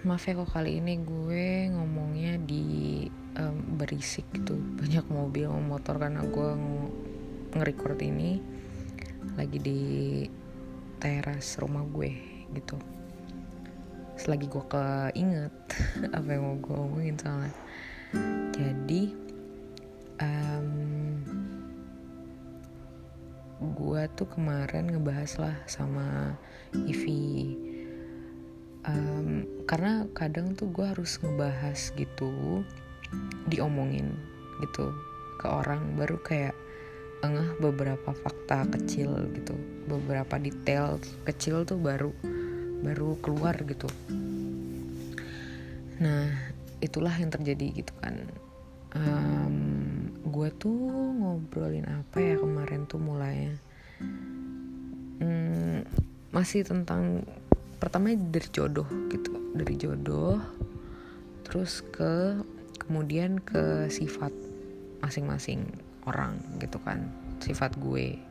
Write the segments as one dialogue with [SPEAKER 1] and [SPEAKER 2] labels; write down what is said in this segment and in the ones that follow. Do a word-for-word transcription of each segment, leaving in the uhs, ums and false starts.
[SPEAKER 1] Maaf ya kok kali ini gue ngomongnya di um, berisik gitu, banyak mobil sama motor karena gue ng- nge-record ini lagi di teras rumah gue gitu. Selagi gue keinget apa yang mau gue ngomongin soalnya. Jadi um, gue tuh kemarin ngebahas lah sama Ivi. Um, karena kadang tuh gue harus ngebahas gitu, diomongin gitu ke orang, baru kayak engeh beberapa fakta kecil gitu, beberapa detail kecil tuh baru baru keluar gitu. Nah itulah yang terjadi gitu kan. um, gue tuh ngobrolin apa ya kemarin tuh mulainya hmm, masih tentang pertama dari jodoh gitu, dari jodoh terus ke kemudian ke sifat masing-masing orang gitu kan, sifat gue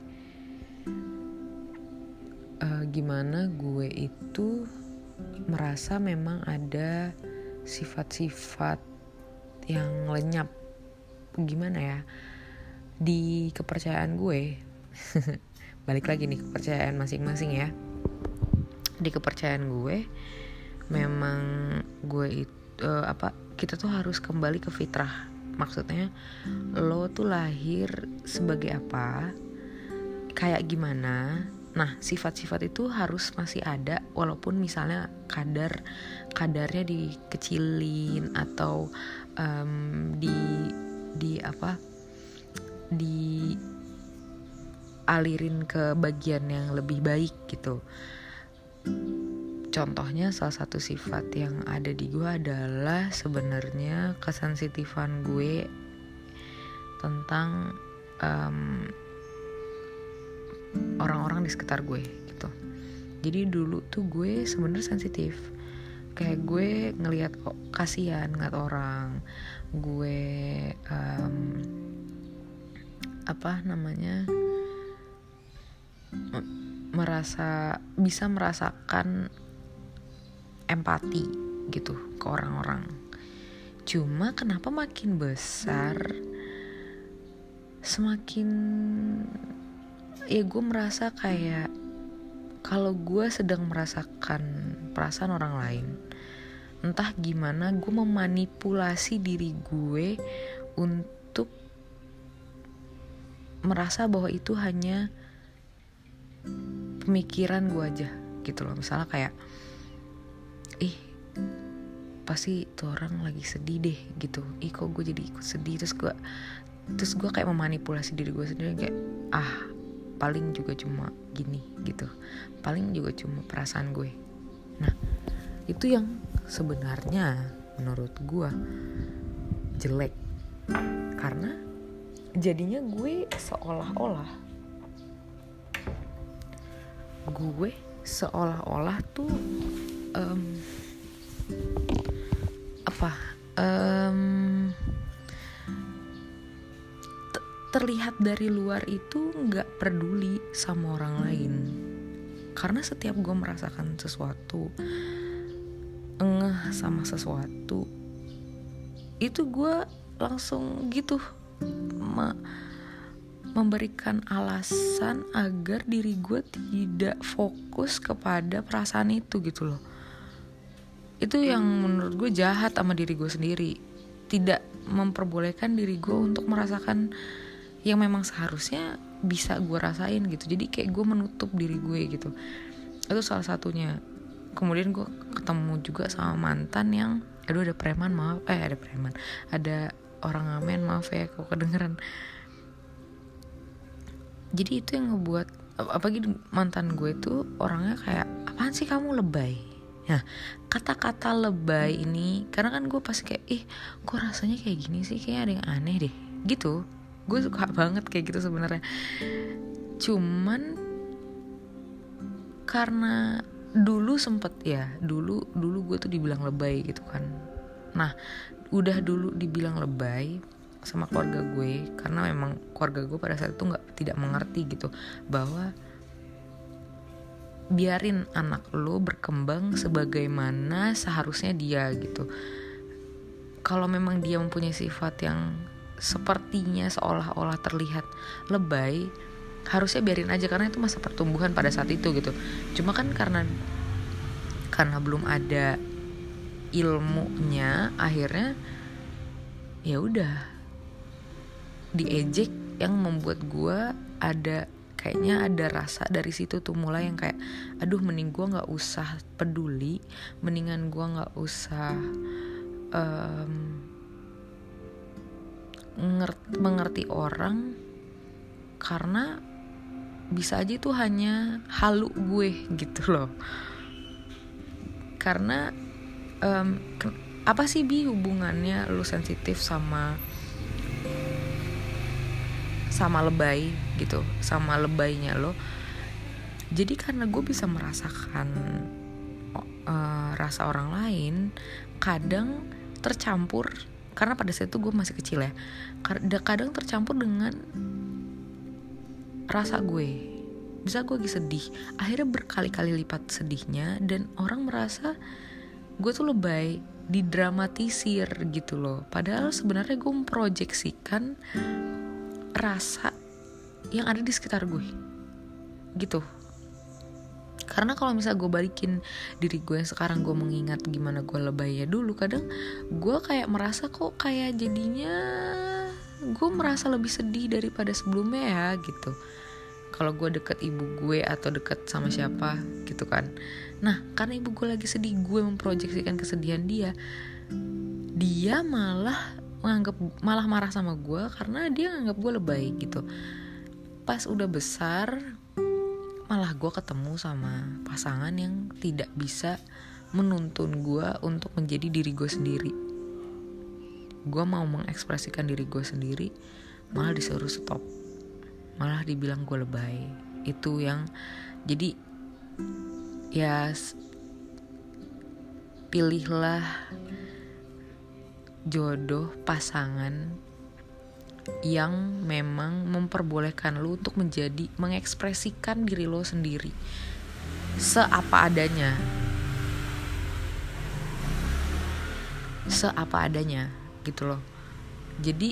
[SPEAKER 1] uh, gimana gue itu merasa memang ada sifat-sifat yang lenyap gimana ya di kepercayaan gue. Balik lagi nih kepercayaan masing-masing ya. Di kepercayaan gue memang gue itu uh, apa kita tuh harus kembali ke fitrah. Maksudnya lo tuh lahir sebagai apa, kayak gimana. Nah sifat-sifat itu harus masih ada, walaupun misalnya kadar kadarnya dikecilin atau um, di di apa di alirin ke bagian yang lebih baik gitu. Contohnya salah satu sifat yang ada di gue adalah sebenarnya kesensitifan gue tentang um, orang-orang di sekitar gue gitu. Jadi dulu tuh gue sebenarnya sensitif, kayak gue ngelihat oh, kasihan ngeliat orang, gue um, apa namanya merasa bisa merasakan empati gitu ke orang-orang. Cuma kenapa makin besar semakin ya gue merasa kayak kalau gue sedang merasakan perasaan orang lain, entah gimana gue memanipulasi diri gue untuk merasa bahwa itu hanya pemikiran gue aja gitu loh. Misalnya kayak ih pasti tuh orang lagi sedih deh gitu, ih kok gue jadi ikut sedih, terus gue terus gue kayak memanipulasi diri gue sendiri kayak ah paling juga cuma gini gitu, paling juga cuma perasaan gue. Nah itu yang sebenarnya menurut gue jelek, karena jadinya gue seolah-olah gue seolah-olah tuh um, apa um, t- terlihat dari luar itu nggak peduli sama orang lain. Karena setiap gue merasakan sesuatu, engeh sama sesuatu, itu gue langsung gitu me- memberikan alasan agar diri gue tidak fokus kepada perasaan itu gitu loh. Itu yang menurut gue jahat sama diri gue sendiri. Tidak memperbolehkan diri gue untuk merasakan yang memang seharusnya bisa gue rasain gitu. Jadi kayak gue menutup diri gue gitu. Itu salah satunya. Kemudian gue ketemu juga sama mantan yang aduh ada preman maaf eh ada preman ada orang ngamen maaf ya kalau kedengeran. Jadi itu yang ngebuat apalagi mantan gue tuh orangnya kayak apaan sih kamu lebay. Nah kata-kata lebay ini karena kan gue pas kayak ih kok rasanya kayak gini sih, kayak ada yang aneh deh gitu. Gue suka banget kayak gitu sebenarnya. Cuman karena dulu sempet ya dulu dulu gue tuh dibilang lebay gitu kan. Nah udah dulu dibilang lebay sama keluarga gue, karena memang keluarga gue pada saat itu nggak tidak mengerti gitu bahwa biarin anak lo berkembang sebagaimana seharusnya dia gitu. Kalau memang dia mempunyai sifat yang sepertinya seolah-olah terlihat lebay, harusnya biarin aja karena itu masa pertumbuhan pada saat itu gitu. Cuma kan karena karena belum ada ilmunya, akhirnya ya udah diejek, yang membuat gue ada kayaknya ada rasa dari situ tuh mulai yang kayak aduh mending gue nggak usah peduli, mendingan gue nggak usah um, ngerti, mengerti orang karena bisa aja itu hanya halu gue gitu loh. Karena um, ke, apa sih Bi hubungannya lu sensitif sama sama lebay gitu, sama lebaynya lo. Jadi karena gue bisa merasakan uh, rasa orang lain, kadang tercampur, karena pada saat itu gue masih kecil ya, kadang tercampur dengan rasa gue. Bisa gue lagi sedih, akhirnya berkali-kali lipat sedihnya, dan orang merasa gue tuh lebay, didramatisir gitu loh. Padahal sebenarnya gue memproyeksikan rasa yang ada di sekitar gue gitu. Karena kalau misalnya gue balikin diri gue yang sekarang, gue mengingat gimana gue lebay ya dulu, kadang gue kayak merasa kok kayak jadinya gue merasa lebih sedih daripada sebelumnya ya gitu. Kalau gue deket ibu gue atau deket sama siapa gitu kan. Nah karena ibu gue lagi sedih, gue memproyeksikan kesedihan dia, dia malah menganggap, malah marah sama gue karena dia nganggap gue lebay gitu. Pas udah besar malah gue ketemu sama pasangan yang tidak bisa menuntun gue untuk menjadi diri gue sendiri. Gue mau mengekspresikan diri gue sendiri, malah disuruh stop, malah dibilang gue lebay. Itu yang jadi ya pilihlah jodoh, pasangan yang memang memperbolehkan lu untuk menjadi, mengekspresikan diri lo sendiri seapa adanya, seapa adanya gitu loh. Jadi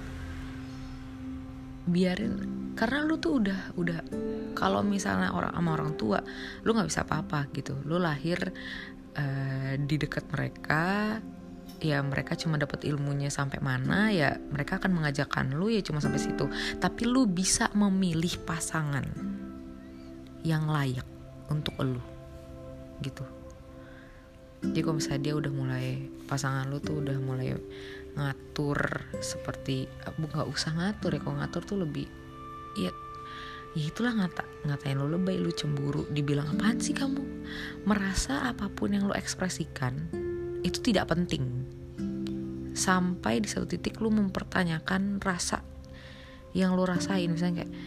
[SPEAKER 1] biarin, karena lu tuh udah udah kalau misalnya orang sama orang tua lu nggak bisa apa-apa gitu. Lu lahir uh, di dekat mereka, ya mereka cuma dapat ilmunya sampai mana, ya mereka akan mengajarkan lu ya cuma sampai situ. Tapi lu bisa memilih pasangan yang layak untuk lu gitu. Jadi kalau misalnya dia udah mulai, pasangan lu tuh udah mulai ngatur seperti, nggak usah ngatur ya, kalau ngatur tuh lebih ya, ya itulah ngata, ngatain lu lebay, lu cemburu, dibilang apaan sih kamu, merasa apapun yang lu ekspresikan itu tidak penting, sampai di satu titik lu mempertanyakan rasa yang lu rasain. Misalnya kayak,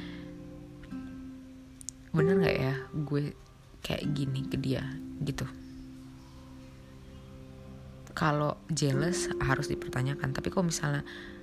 [SPEAKER 1] bener nggak ya gue kayak gini ke dia gitu. Kalau jealous harus dipertanyakan. Tapi kalau misalnya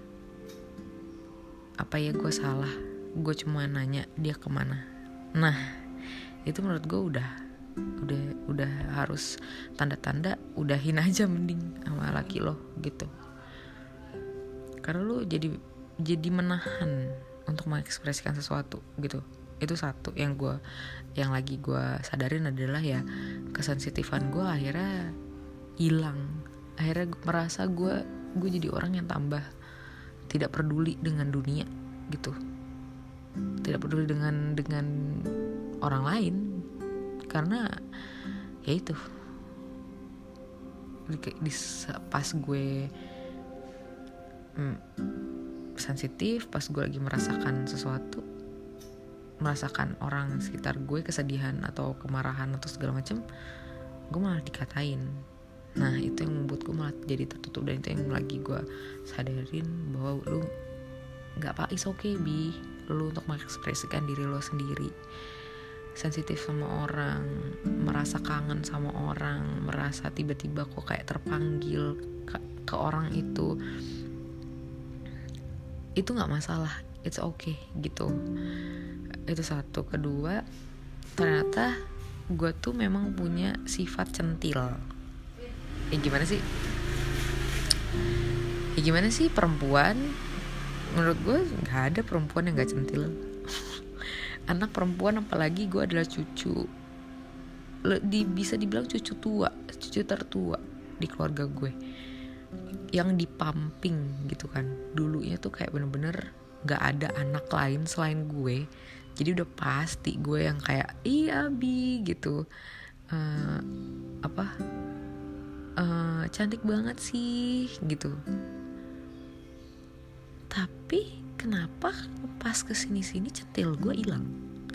[SPEAKER 1] apa ya gue salah, gue cuma nanya dia kemana, nah itu menurut gue udah udah udah harus tanda-tanda udahin aja mending sama laki lo gitu. Karena lo jadi jadi menahan untuk mengekspresikan sesuatu gitu. Itu satu yang gue yang lagi gue sadarin adalah ya kesensitifan gue akhirnya hilang. Akhirnya gue merasa gue gue jadi orang yang tambah tidak peduli dengan dunia gitu, tidak peduli dengan dengan orang lain, karena ya itu di, di pas gue mm, sensitif, pas gue lagi merasakan sesuatu, merasakan orang sekitar gue kesedihan atau kemarahan atau segala macam, gue malah dikatain. Nah itu yang membuat gue malah jadi tertutup, dan itu yang lagi gue sadarin bahwa lu gak apa, is okay bi, lu untuk mengekspresikan diri lo sendiri. Sensitif sama orang, merasa kangen sama orang, merasa tiba-tiba kok kayak terpanggil ke, ke orang itu, itu gak masalah, it's okay gitu. Itu satu. Kedua, ternyata gue tuh memang punya sifat centil. Ya gimana sih? Ya gimana sih perempuan? Menurut gue nggak ada perempuan yang nggak centil. Anak perempuan apalagi gue adalah cucu, di, bisa dibilang cucu tua, cucu tertua di keluarga gue, yang dipamping gitu kan. Dulunya tuh kayak bener-bener nggak ada anak lain selain gue, jadi udah pasti gue yang kayak iya Abi gitu, uh, apa uh, cantik banget sih gitu. Tapi kenapa pas kesini-sini centil gue hilang?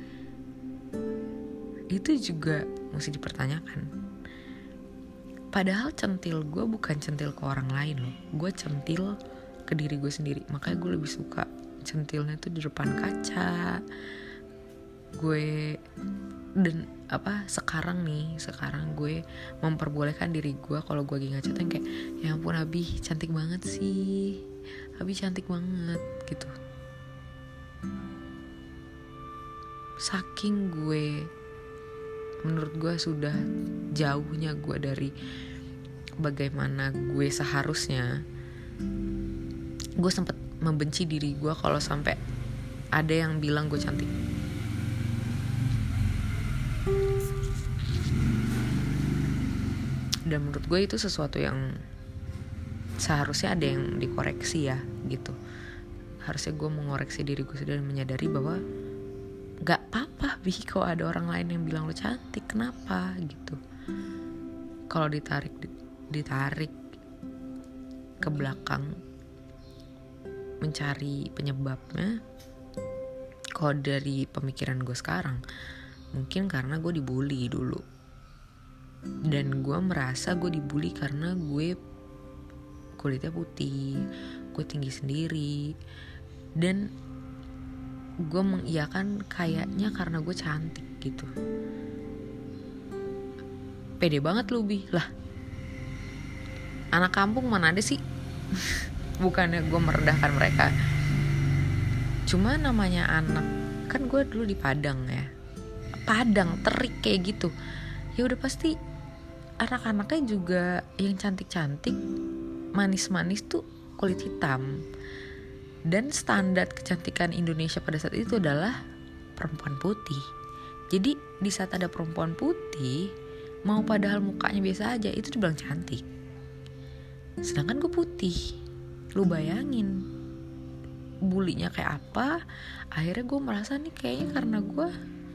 [SPEAKER 1] Itu juga mesti dipertanyakan. Padahal centil gue bukan centil ke orang lain loh, gue centil ke diri gue sendiri. Makanya gue lebih suka centilnya tuh di depan kaca. Gue dan apa sekarang nih, sekarang gue memperbolehkan diri gue kalau gue lagi ngaca yang kayak ya ampun Abi cantik banget sih, Abi cantik banget gitu. Saking gue, menurut gue sudah jauhnya gue dari bagaimana gue seharusnya, gue sempet membenci diri gue kalau sampai ada yang bilang gue cantik. Dan menurut gue itu sesuatu yang seharusnya ada yang dikoreksi ya gitu. Harusnya gue mengoreksi diri gue sendiri dan menyadari bahwa gak apa-apa Bi kalau ada orang lain yang bilang lo cantik, kenapa gitu. Kalau ditarik ditarik ke belakang mencari penyebabnya, kalau dari pemikiran gue sekarang mungkin karena gue dibully dulu, dan gue merasa gue dibully karena gue kulitnya putih, gue tinggi sendiri, dan gue mengiyakan kayaknya karena gue cantik gitu. Pede banget lu Bi lah, anak kampung mana ada sih. Bukannya gue merendahkan mereka, cuma namanya anak, kan gue dulu di Padang ya, Padang terik kayak gitu, ya udah pasti anak-anaknya juga yang cantik-cantik, manis-manis tuh kulit hitam. Dan standar kecantikan Indonesia pada saat itu adalah perempuan putih. Jadi di saat ada perempuan putih, mau padahal mukanya biasa aja, itu dibilang cantik. Sedangkan gue putih. Lu bayangin bulinya kayak apa. Akhirnya gue merasa nih kayaknya karena gue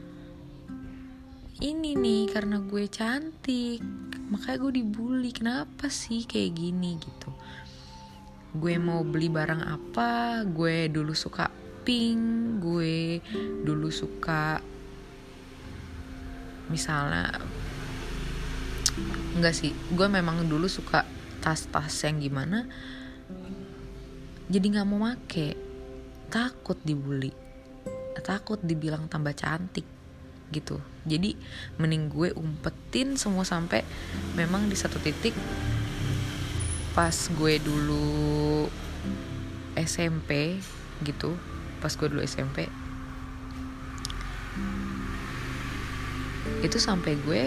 [SPEAKER 1] ini nih, karena gue cantik, makanya gue dibully. Kenapa sih kayak gini gitu. Gue mau beli barang apa, gue dulu suka pink, gue dulu suka misalnya, enggak sih, gue memang dulu suka tas-tas yang gimana, jadi gak mau make, takut dibully, takut dibilang tambah cantik gitu. Jadi mending gue umpetin semua sampai memang di satu titik pas gue dulu S M P gitu, pas gue dulu S M P itu sampai gue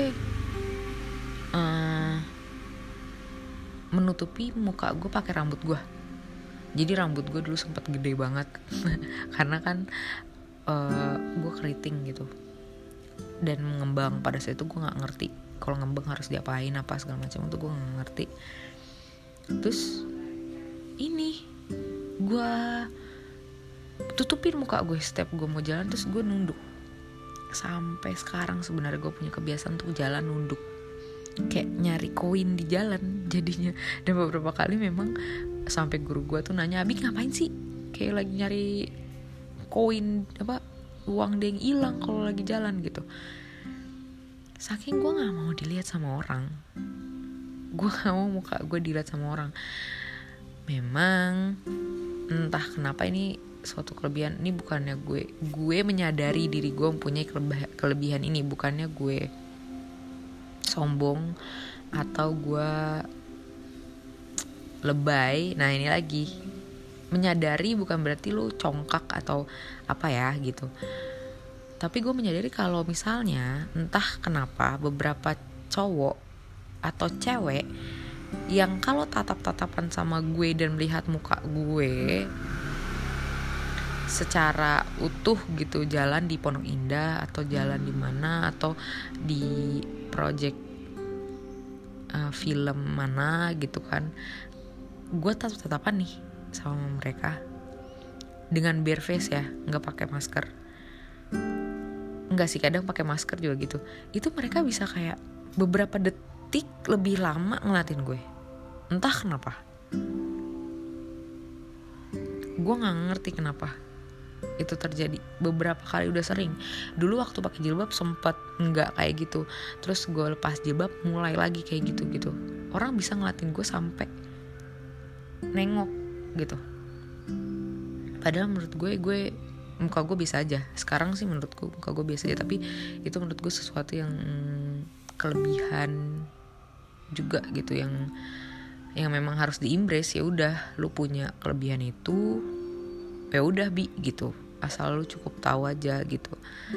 [SPEAKER 1] uh, menutupi muka gue pakai rambut gue. Jadi rambut gue dulu sempat gede banget karena kan uh, gue keriting gitu dan mengembang. Pada saat itu gue nggak ngerti kalau ngembang harus diapain apa segala macam, itu gue nggak ngerti. Terus ini gue tutupin muka gue setiap gue mau jalan, terus gue nunduk. Sampai sekarang sebenarnya gue punya kebiasaan untuk jalan nunduk, kayak nyari koin di jalan jadinya. Dan beberapa kali memang sampai guru gue tuh nanya, Abi ngapain sih kayak lagi nyari koin apa uang dia yang hilang kalau lagi jalan gitu. Saking gue nggak mau dilihat sama orang, gue nggak mau muka gue dilihat sama orang. Memang entah kenapa ini suatu kelebihan. Ini bukannya gue gue menyadari diri gue mempunyai kelebih, kelebihan ini, bukannya gue sombong atau gue lebay. Nah ini lagi, menyadari bukan berarti lu congkak atau apa ya gitu. Tapi gue menyadari kalau misalnya entah kenapa beberapa cowok atau cewek yang kalau tatap-tatapan sama gue dan melihat muka gue secara utuh gitu, jalan di Pondok Indah atau jalan di mana atau di project uh, film mana gitu kan, gue tatap-tatapan nih sama mereka dengan bare face ya, nggak pakai masker. Enggak sih, kadang pakai masker juga gitu. Itu mereka bisa kayak beberapa detik lebih lama ngeliatin gue. Entah kenapa. Gue nggak ngerti kenapa itu terjadi. Beberapa kali udah sering. Dulu waktu pakai jilbab sempet nggak kayak gitu. Terus gue lepas jilbab mulai lagi kayak gitu-gitu. Orang bisa ngeliatin gue sampai nengok gitu. Padahal menurut gue gue muka gue biasa aja. Sekarang sih menurutku muka gue biasa aja, tapi itu menurut gue sesuatu yang kelebihan juga gitu, yang yang memang harus di-embrace. Ya udah, lu punya kelebihan itu, ya udah bi gitu, asal lu cukup tahu aja gitu.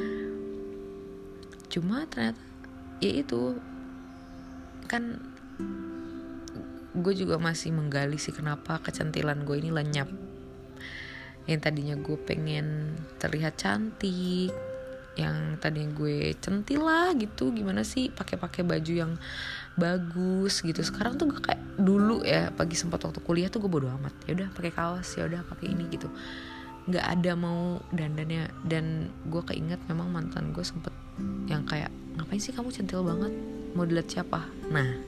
[SPEAKER 1] Cuma ternyata ya itu kan, gue juga masih menggali sih kenapa kecantilan gue ini lenyap. Yang tadinya gue pengen terlihat cantik, yang tadinya gue centil lah gitu, gimana sih pakai-pakai baju yang bagus gitu. Sekarang tuh gue kayak dulu ya, pagi sempat waktu kuliah tuh gue bodo amat, ya udah pakai kaos, ya udah pakai ini gitu, nggak ada mau dandannya. Dan gue keinget memang mantan gue sempet yang kayak, ngapain sih kamu centil banget, mau dilihat siapa? Nah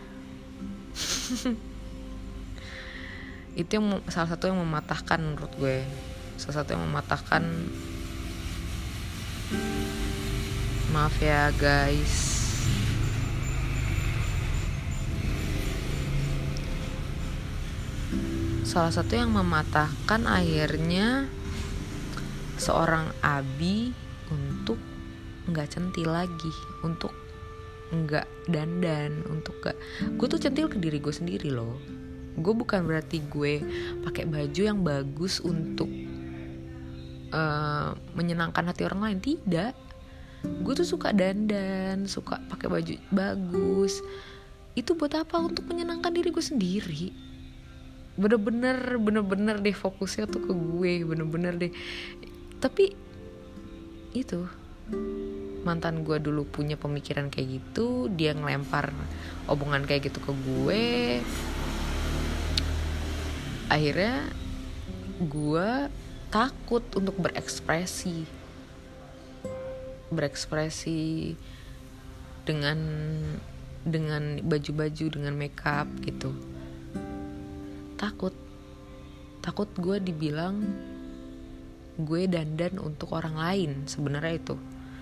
[SPEAKER 1] itu yang salah satu yang mematahkan menurut gue, salah satu yang mematahkan. Maaf ya guys. Salah satu yang mematahkan akhirnya seorang Abi untuk nggak centil lagi, untuk nggak dandan, untuk nggak. Gue tuh centil ke diri gue sendiri loh. Gue bukan berarti gue pakai baju yang bagus untuk uh, menyenangkan hati orang lain, tidak. Gue tuh suka dandan, suka pakai baju bagus. Itu buat apa? Untuk menyenangkan diri gue sendiri. Bener-bener, bener-bener deh fokusnya tuh ke gue, bener-bener deh. Tapi itu, mantan gue dulu punya pemikiran kayak gitu, dia ngelempar omongan kayak gitu ke gue. Akhirnya gue takut untuk berekspresi berekspresi dengan dengan baju-baju, dengan makeup gitu. Takut takut gue dibilang gue dandan untuk orang lain sebenarnya itu.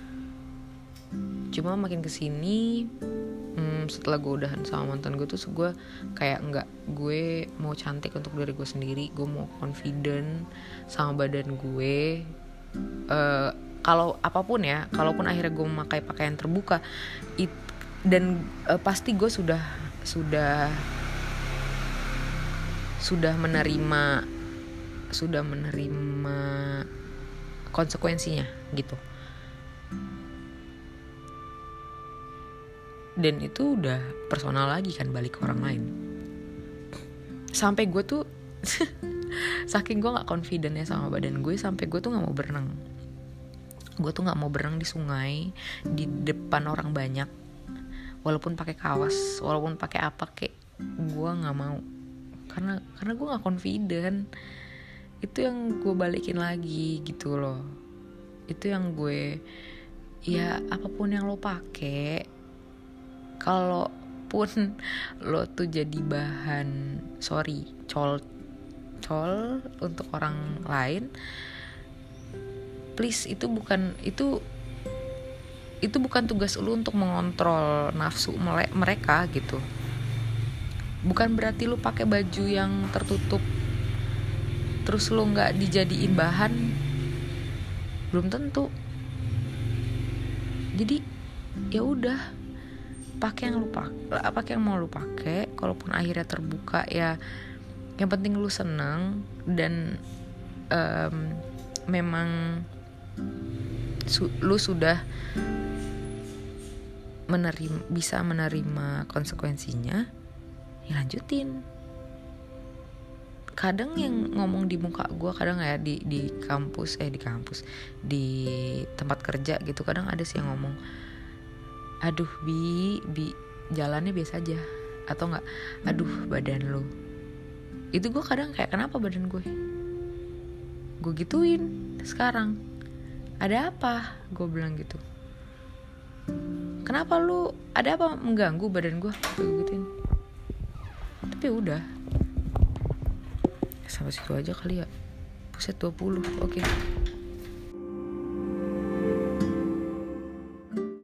[SPEAKER 1] Cuma makin kesini, hmm, setelah gue udahan sama mantan gue tuh gue kayak enggak, gue mau cantik untuk diri gue sendiri, gue mau confident sama badan gue. Uh, kalau apapun ya, kalaupun akhirnya gue memakai pakaian terbuka, it, dan uh, pasti gue sudah sudah sudah menerima sudah menerima konsekuensinya gitu. Dan itu udah personal lagi kan, balik ke orang lain. Sampai gue tuh saking gue gak confidentnya sama badan gue, sampai gue tuh gak mau berenang. Gue tuh gak mau berenang di sungai, di depan orang banyak, walaupun pakai kaos, walaupun pakai apa kek, gue gak mau. Karena karena gue gak confident. Itu yang gue balikin lagi gitu loh. Itu yang gue, ya apapun yang lo pakai, kalaupun lo tuh jadi bahan, sorry, col col untuk orang lain, please, itu bukan itu itu bukan tugas lo untuk mengontrol nafsu mereka gitu. Bukan berarti lo pakai baju yang tertutup terus lo nggak dijadiin bahan, belum tentu. Jadi ya udah, pakai yang lu pakai, pakai yang mau lu pakai. Kalaupun akhirnya terbuka, ya yang penting lu seneng dan um, memang su- lu sudah menerima, bisa menerima konsekuensinya, ya lanjutin. Kadang yang ngomong di muka gue, kadang ya di di kampus eh di kampus di tempat kerja gitu, kadang ada sih yang ngomong, aduh bi bi jalannya biasa aja, atau nggak, aduh badan lo. Itu gue kadang kayak, kenapa badan gue gue gituin sekarang, ada apa, gue bilang gitu, kenapa lu, ada apa mengganggu badan gue, gue gituin. Tapi udah sampai situ aja kali ya. Buset, dua puluh. Oke. Okay.